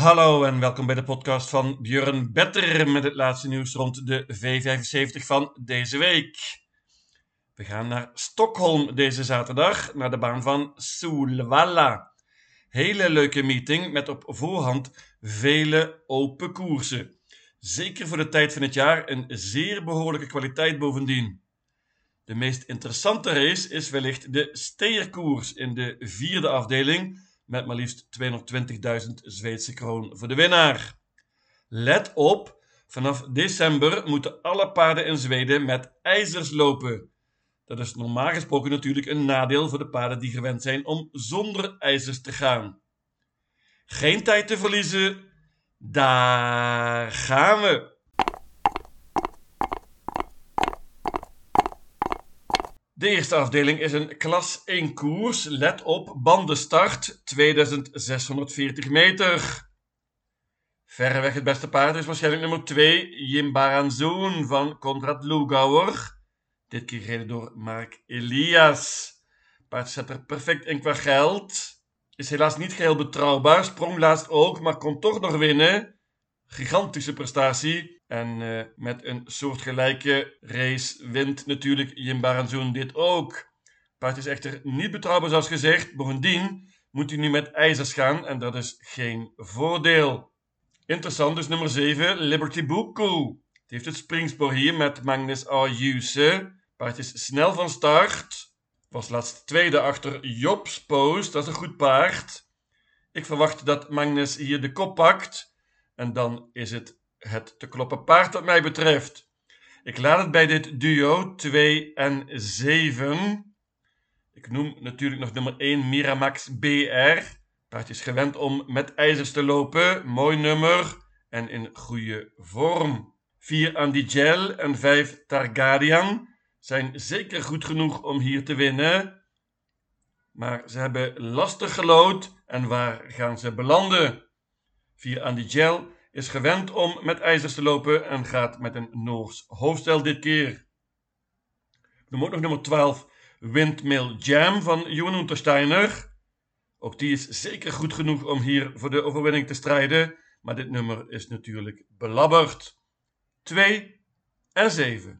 Hallo en welkom bij de podcast van Björn Better met het laatste nieuws rond de V75 van deze week. We gaan naar Stockholm deze zaterdag, naar de baan van Solvalla. Hele leuke meeting met op voorhand vele open koersen. Zeker voor de tijd van het jaar een zeer behoorlijke kwaliteit bovendien. De meest interessante race is wellicht de steerkoers in de vierde afdeling met maar liefst 220.000 Zweedse kroon voor de winnaar. Let op, vanaf december moeten alle paarden in Zweden met ijzers lopen. Dat is normaal gesproken natuurlijk een nadeel voor de paarden die gewend zijn om zonder ijzers te gaan. Geen tijd te verliezen, daar gaan we! De eerste afdeling is een klas 1 koers. Let op, bandenstart 2640 meter. Verreweg het beste paard is waarschijnlijk nummer 2, Jimbaranzoon van Konrad Lugauer. Dit keer gereden door Mark Elias. Paard zet er perfect in qua geld. Is helaas niet geheel betrouwbaar, sprong laatst ook, maar kon toch nog winnen. Gigantische prestatie. En met een soortgelijke race wint natuurlijk Jimbaranzoon dit ook. Paard is echter niet betrouwbaar zoals gezegd. Bovendien moet hij nu met ijzers gaan en dat is geen voordeel. Interessant is nummer 7, Liberty Buku. Het heeft het springspoor hier met Magnus Ayuse. Paard is snel van start. Was laatst tweede achter Jobs Post, dat is een goed paard. Ik verwacht dat Magnus hier de kop pakt. En dan is het te kloppen paard wat mij betreft. Ik laat het bij dit duo 2 en 7. Ik noem natuurlijk nog nummer 1 Miramax BR. Paard is gewend om met ijzers te lopen. Mooi nummer en in goede vorm. 4 Andigel en 5 Targaryen zijn zeker goed genoeg om hier te winnen. Maar ze hebben lastig gelood en waar gaan ze belanden? 4 Andigel is gewend om met ijzers te lopen en gaat met een Noors hoofdstel dit keer. Dan ook nog nummer 12 Windmill Jam van Johan Untersteiner. Ook die is zeker goed genoeg om hier voor de overwinning te strijden, maar dit nummer is natuurlijk belabberd. 2 en 7.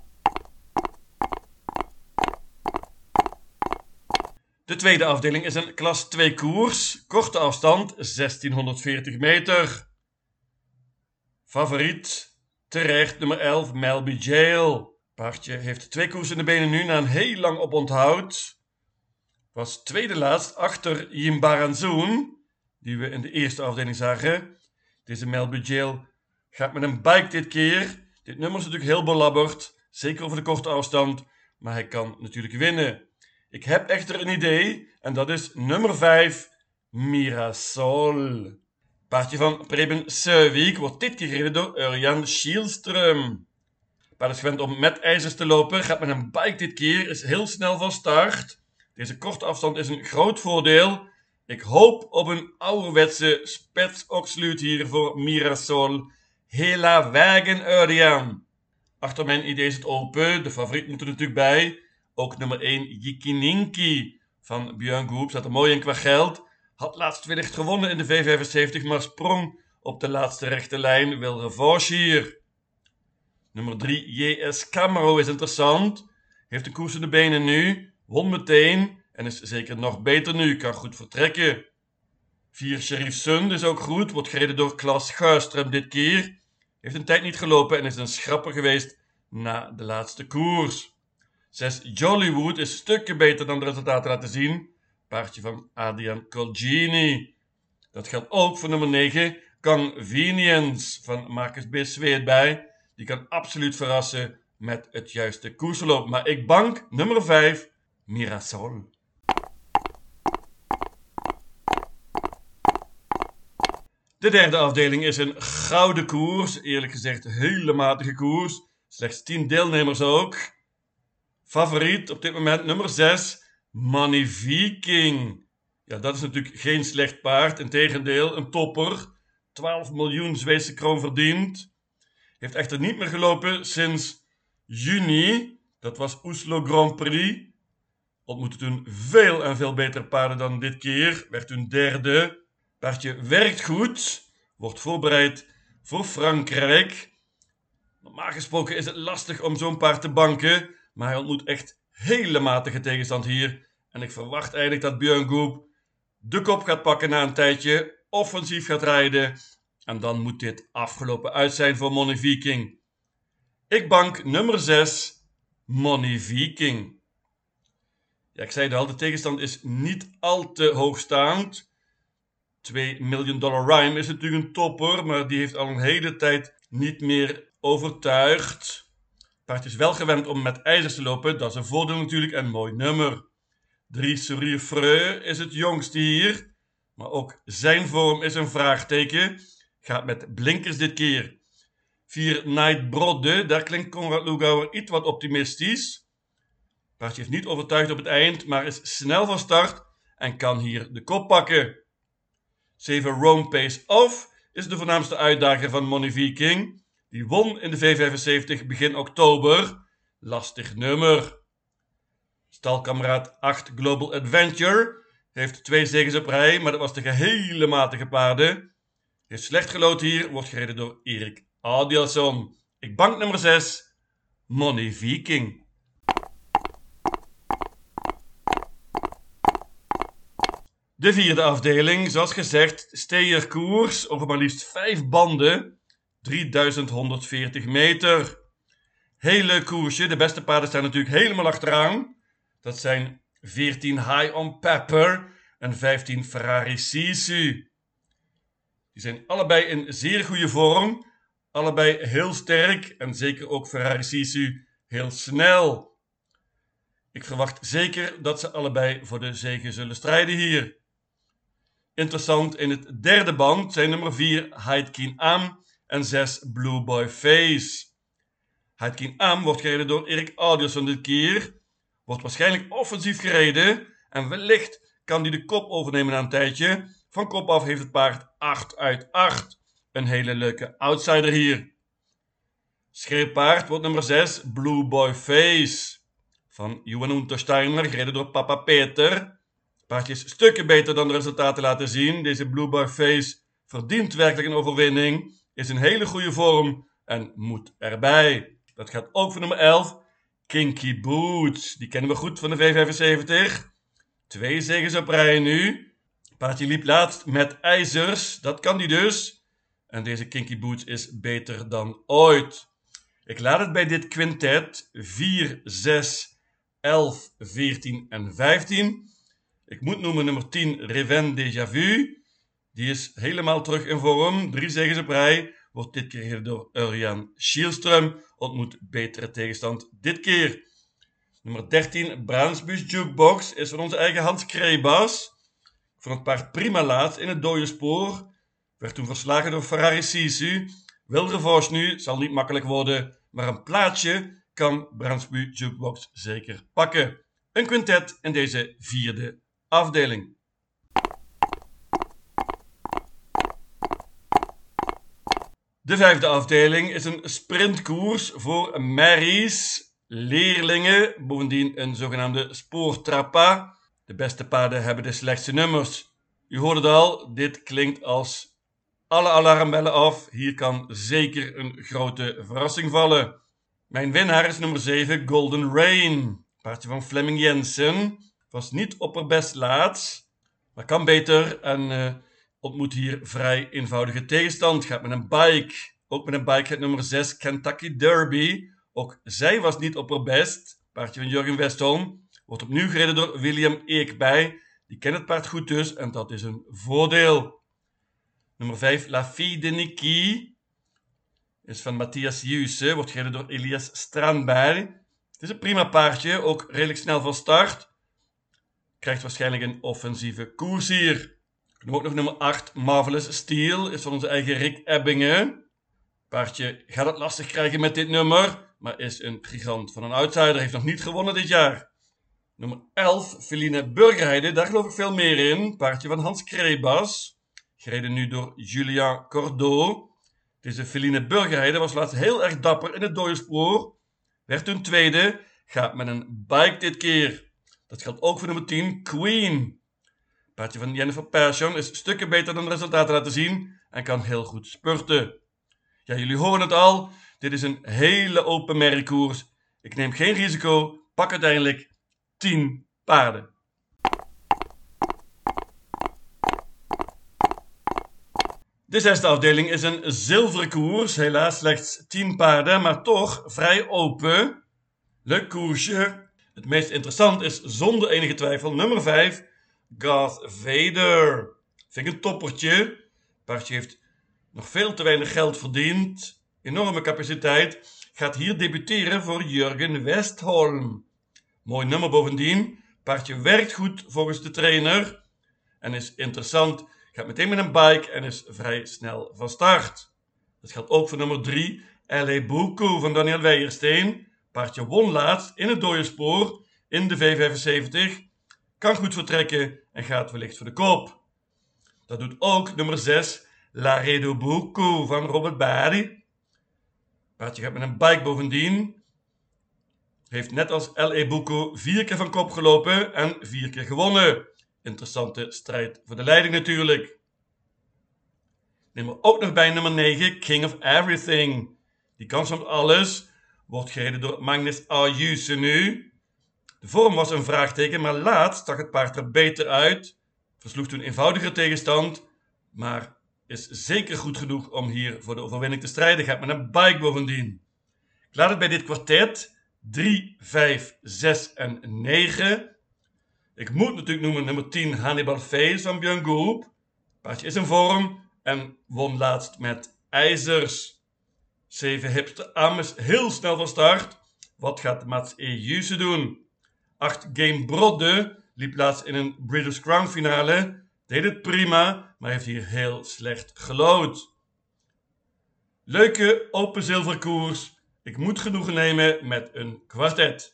De tweede afdeling is een klas 2 koers, korte afstand 1640 meter. Favoriet, terecht, nummer 11, Melby Jail. Paardje heeft 2 koersen in de benen nu na een heel lang oponthoud. Was tweede laatst achter Jimbaranzoon, die we in de eerste afdeling zagen. Deze Melby Jail gaat met een bike dit keer. Dit nummer is natuurlijk heel belabberd, zeker over de korte afstand, maar hij kan natuurlijk winnen. Ik heb echter een idee en dat is nummer 5, Mirasol. Paardje van Preben Søvik wordt dit keer gereden door Örjan Kihlström. Paard is gewend om met ijzers te lopen, gaat met een bike dit keer, is heel snel van start. Deze korte afstand is een groot voordeel. Ik hoop op een ouderwetse spetsoksluut hier voor Mirasol. Hela vägen Örjan. Achter mijn idee is het open, de favoriet moet er natuurlijk bij. Ook nummer 1 Jikininki van Björn Goop staat er mooi in qua geld. Had laatst wellicht gewonnen in de V75, maar sprong op de laatste rechte lijn. Wil revanche hier. Nummer 3 JS Camero is interessant. Heeft de koers in de benen nu. Won meteen en is zeker nog beter nu. Kan goed vertrekken. 4 Sheriff Sund is ook goed. Wordt gereden door Klas Sjöström dit keer. Heeft een tijd niet gelopen en is een schrapper geweest na de laatste koers. 6 Jollywood is stukken beter dan de resultaten laten zien. Paardje van Adrian Colgjini. Dat geldt ook voor nummer 9 Convenience van Marcus B. Zweet bij. Die kan absoluut verrassen met het juiste koersverloop. Maar ik bank nummer 5 Mirasol. De derde afdeling is een gouden koers. Eerlijk gezegd hele matige koers. Slechts 10 deelnemers ook. Favoriet op dit moment nummer 6, Money Viking. Ja, dat is natuurlijk geen slecht paard. Integendeel, een topper. 12 miljoen Zweedse kroon verdiend. Heeft echter niet meer gelopen sinds juni. Dat was Oslo Grand Prix. Ontmoette toen veel en veel betere paarden dan dit keer. Werd toen derde. Paardje werkt goed. wordt voorbereid voor Frankrijk. Normaal gesproken is het lastig om zo'n paard te banken, maar hij ontmoet echt hele matige tegenstand hier. En ik verwacht eigenlijk dat Björn Goop de kop gaat pakken na een tijdje, offensief gaat rijden. En dan moet dit afgelopen uit zijn voor Money Viking. Ik bank nummer 6, Money Viking. Ja, ik zei het al, de tegenstand is niet al te hoogstaand. $2 Million Rhyme is natuurlijk een topper, maar die heeft al een hele tijd niet meer overtuigd. Het paard is wel gewend om met ijzers te lopen, dat is een voordeel natuurlijk en een mooi nummer. 3 Sourire Freux is het jongste hier, maar ook zijn vorm is een vraagteken. Gaat met blinkers dit keer. 4 Night Brode, daar klinkt Konrad Lugauer iets wat optimistisch. Het paardje heeft niet overtuigd op het eind, maar is snel van start en kan hier de kop pakken. 7 Rome Pace Off is de voornaamste uitdager van Money Viking. Die won in de V75 begin oktober. Lastig nummer. Stalkameraad 8 Global Adventure heeft 2 zegens op rij, maar dat was tegen hele matige paarden. Heeft slecht geloten hier, wordt gereden door Erik Adielson. Ik bank nummer 6, Money Viking. De vierde afdeling, zoals gezegd, steerkoers over maar liefst 5 banden, 3140 meter. Heel leuk koersje, de beste paarden staan natuurlijk helemaal achteraan. Dat zijn 14 High on Pepper en 15 Ferrari Sisu. Die zijn allebei in zeer goede vorm, allebei heel sterk en zeker ook Ferrari Sisu heel snel. Ik verwacht zeker dat ze allebei voor de zege zullen strijden hier. Interessant in het derde band zijn nummer 4 Heidkin Am en 6 Blue Boy Face. Heidkin Am wordt gereden door Erik Adielson dit keer. Wordt waarschijnlijk offensief gereden en wellicht kan hij de kop overnemen na een tijdje. Van kop af heeft het paard 8 uit 8. Een hele leuke outsider hier. Schreeuwpaard wordt nummer 6 Blue Boy Face. Van Johan Untersteiner, gereden door Papa Peter. Het paardje is stukken beter dan de resultaten laten zien. Deze Blue Boy Face verdient werkelijk een overwinning. Is in hele goede vorm en moet erbij. Dat gaat ook voor nummer 11, Kinky Boots. Die kennen we goed van de V75. 2 zegens op rij nu. Het paardje liep laatst met ijzers. Dat kan die dus. En deze Kinky Boots is beter dan ooit. Ik laat het bij dit quintet 4, 6, 11, 14 en 15. Ik moet noemen nummer 10, Reven Déjà Vu. Die is helemaal terug in vorm. 3 zegens op rij. Wordt dit keer door Örjan Kihlström. Ontmoet betere tegenstand dit keer. Nummer 13, Brunsbus Jukebox, is van onze eigen Hans Krebas. Van het paard prima laatst in het dode spoor. Werd toen verslagen door Ferrari Sisu. Wil revanche nu, zal niet makkelijk worden. Maar een plaatsje kan Brunsbus Jukebox zeker pakken. Een quintet in deze vierde afdeling. De vijfde afdeling is een sprintkoers voor merries, leerlingen, bovendien een zogenaamde spoortrappa. De beste paarden hebben de slechtste nummers. U hoort het al, dit klinkt als alle alarmbellen af. Hier kan zeker een grote verrassing vallen. Mijn winnaar is nummer 7, Golden Rain. Paardje van Flemming Jensen. Was niet opperbest laatst, maar kan beter en ontmoet hier vrij eenvoudige tegenstand. Gaat met een bike. Ook met een bike het nummer 6 Kentucky Derby. Ook zij was niet opperbest. Paardje van Jurgen Westholm. Wordt opnieuw gereden door William Eekbij. Die kent het paard goed dus en dat is een voordeel. Nummer 5 La Fille de Niki. Is van Matthias Jusse. Wordt gereden door Elias Strandberg. Het is een prima paardje. Ook redelijk snel van start. Krijgt waarschijnlijk een offensieve koers hier. Dan ook nog nummer 8, Marvelous Steel, is van onze eigen Rick Ebbingen. Paardje gaat het lastig krijgen met dit nummer, maar is een gigant van een outsider. Heeft nog niet gewonnen dit jaar. Nummer 11, Feline Burgerheide, daar geloof ik veel meer in. Paardje van Hans Krebas, gereden nu door Julien Cordeau. Deze Feline Burgerheide was laatst heel erg dapper in het dode spoor. Werd toen tweede, gaat met een bike dit keer. Dat geldt ook voor nummer 10, Queen. Paardje van Jennifer Persson is stukken beter dan de resultaten laten zien en kan heel goed spurten. Ja, jullie horen het al. Dit is een hele open merkkoers. Ik neem geen risico. Pak uiteindelijk 10 paarden. De zesde afdeling is een zilveren koers. Helaas slechts 10 paarden, maar toch vrij open. Leuk koersje. Het meest interessant is zonder enige twijfel nummer 5, Darth Vader. Vind ik een toppertje. Paardje heeft nog veel te weinig geld verdiend. Enorme capaciteit. Gaat hier debuteren voor Jurgen Westholm. Mooi nummer bovendien. Paardje werkt goed volgens de trainer. En is interessant. Gaat meteen met een bike en is vrij snel van start. Dat geldt ook voor nummer 3, L.A. Buku van Daniel Weijersteen. Paardje won laatst in het dode spoor in de V75. Kan goed vertrekken en gaat wellicht voor de koop. Dat doet ook nummer 6, Laredo Buku van Robert Bari. Paardje gaat met een bike bovendien. Heeft net als L.A. Buku 4 keer van kop gelopen en 4 keer gewonnen. Interessante strijd voor de leiding natuurlijk. Neem er ook nog bij nummer 9, King of Everything. Die kans op alles wordt gereden door Magnus Ayuse nu. De vorm was een vraagteken, maar laatst zag het paard er beter uit. Versloeg toen eenvoudiger tegenstand, maar is zeker goed genoeg om hier voor de overwinning te strijden. Gaat met een bike bovendien. Ik laat het bij dit kwartet 3, 5, 6 en 9. Ik moet natuurlijk noemen nummer 10 Hannibal Face van Björn Goop. Paardje is in vorm en won laatst met ijzers. 7 Hipster Am is heel snel van start. Wat gaat Mats Ayuse doen? 8 Game Brodde liep laatst in een Breeders' Crown finale. Deed het prima, maar heeft hier heel slecht gelood. Leuke open zilverkoers. Ik moet genoegen nemen met een kwartet.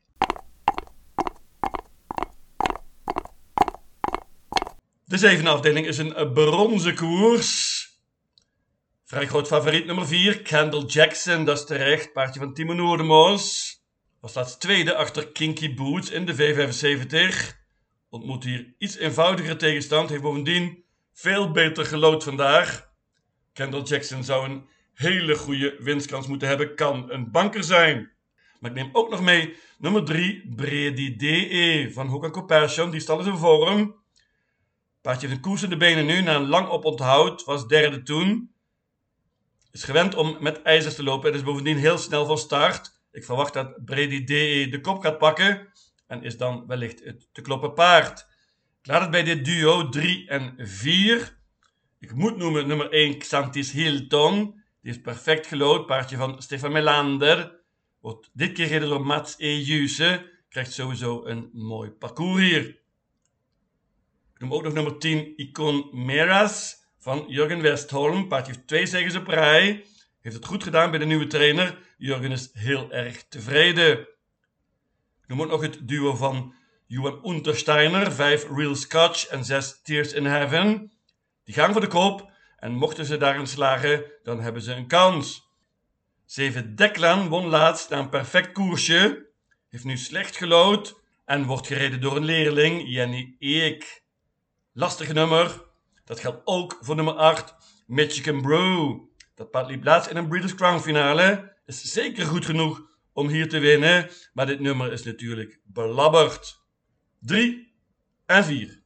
De zevende afdeling is een bronzen koers. Vrij groot favoriet nummer 4, Kendall Jackson, dat is terecht. Paardje van Timo Noordermos. Was laatst tweede achter Kinky Boots in de V75. Ontmoet hier iets eenvoudigere tegenstand. Heeft bovendien veel beter gelood vandaag. Kendall Jackson zou een hele goede winstkans moeten hebben. Kan een banker zijn. Maar ik neem ook nog mee nummer 3, Bredi DE van Håkan Copperson. Die stal is in vorm. Paardje heeft een koers in de benen nu. Na een lang oponthoud. Was derde toen. Is gewend om met ijzers te lopen. En is bovendien heel snel van start. Ik verwacht dat Bredi DE de kop gaat pakken. En is dan wellicht het te kloppen paard. Ik laat het bij dit duo 3 en 4. Ik moet noemen nummer 1 Xantis Hilton. Die is perfect gelood. Paardje van Stefan Melander. Wordt dit keer gereden door Mats Ayuse. Krijgt sowieso een mooi parcours hier. Ik noem ook nog nummer 10 Icon Meras van Jurgen Westholm. Paardje heeft 2 zegens op rij. Heeft het goed gedaan bij de nieuwe trainer. Jurgen is heel erg tevreden. Ik noem ook nog het duo van Johan Untersteiner. 5 Real Scotch en 6 Tears in Heaven. Die gaan voor de koop. En mochten ze daarin slagen, dan hebben ze een kans. 7 Declan won laatst na een perfect koersje. Heeft nu slecht gelood. En wordt gereden door een leerling, Jenny Eek. Lastig nummer. Dat geldt ook voor nummer 8, Michigan Brew. Dat paard liep laatst in een Breeders' Crown finale. Is zeker goed genoeg om hier te winnen. Maar dit nummer is natuurlijk belabberd. 3 en 4.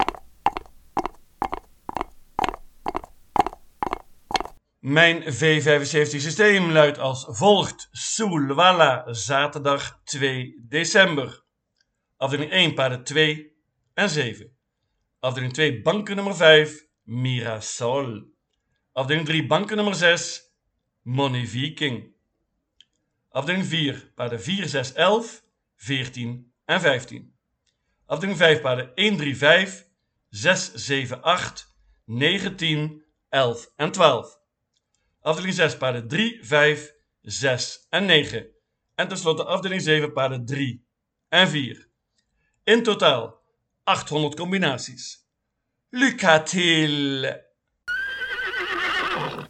Mijn V75 systeem luidt als volgt. Soelwalla, zaterdag 2 december. Afdeling 1, paarden 2 en 7. Afdeling 2, banken nummer 5, Mirasol. Afdeling 3, banken nummer 6, Money Viking. Afdeling 4, paarden 4, 6, 11, 14 en 15. Afdeling 5, paarden 1, 3, 5, 6, 7, 8, 9, 10, 11 en 12. Afdeling 6, paarden 3, 5, 6 en 9. En tenslotte afdeling 7, paarden 3 en 4. In totaal 800 combinaties. Lycka till!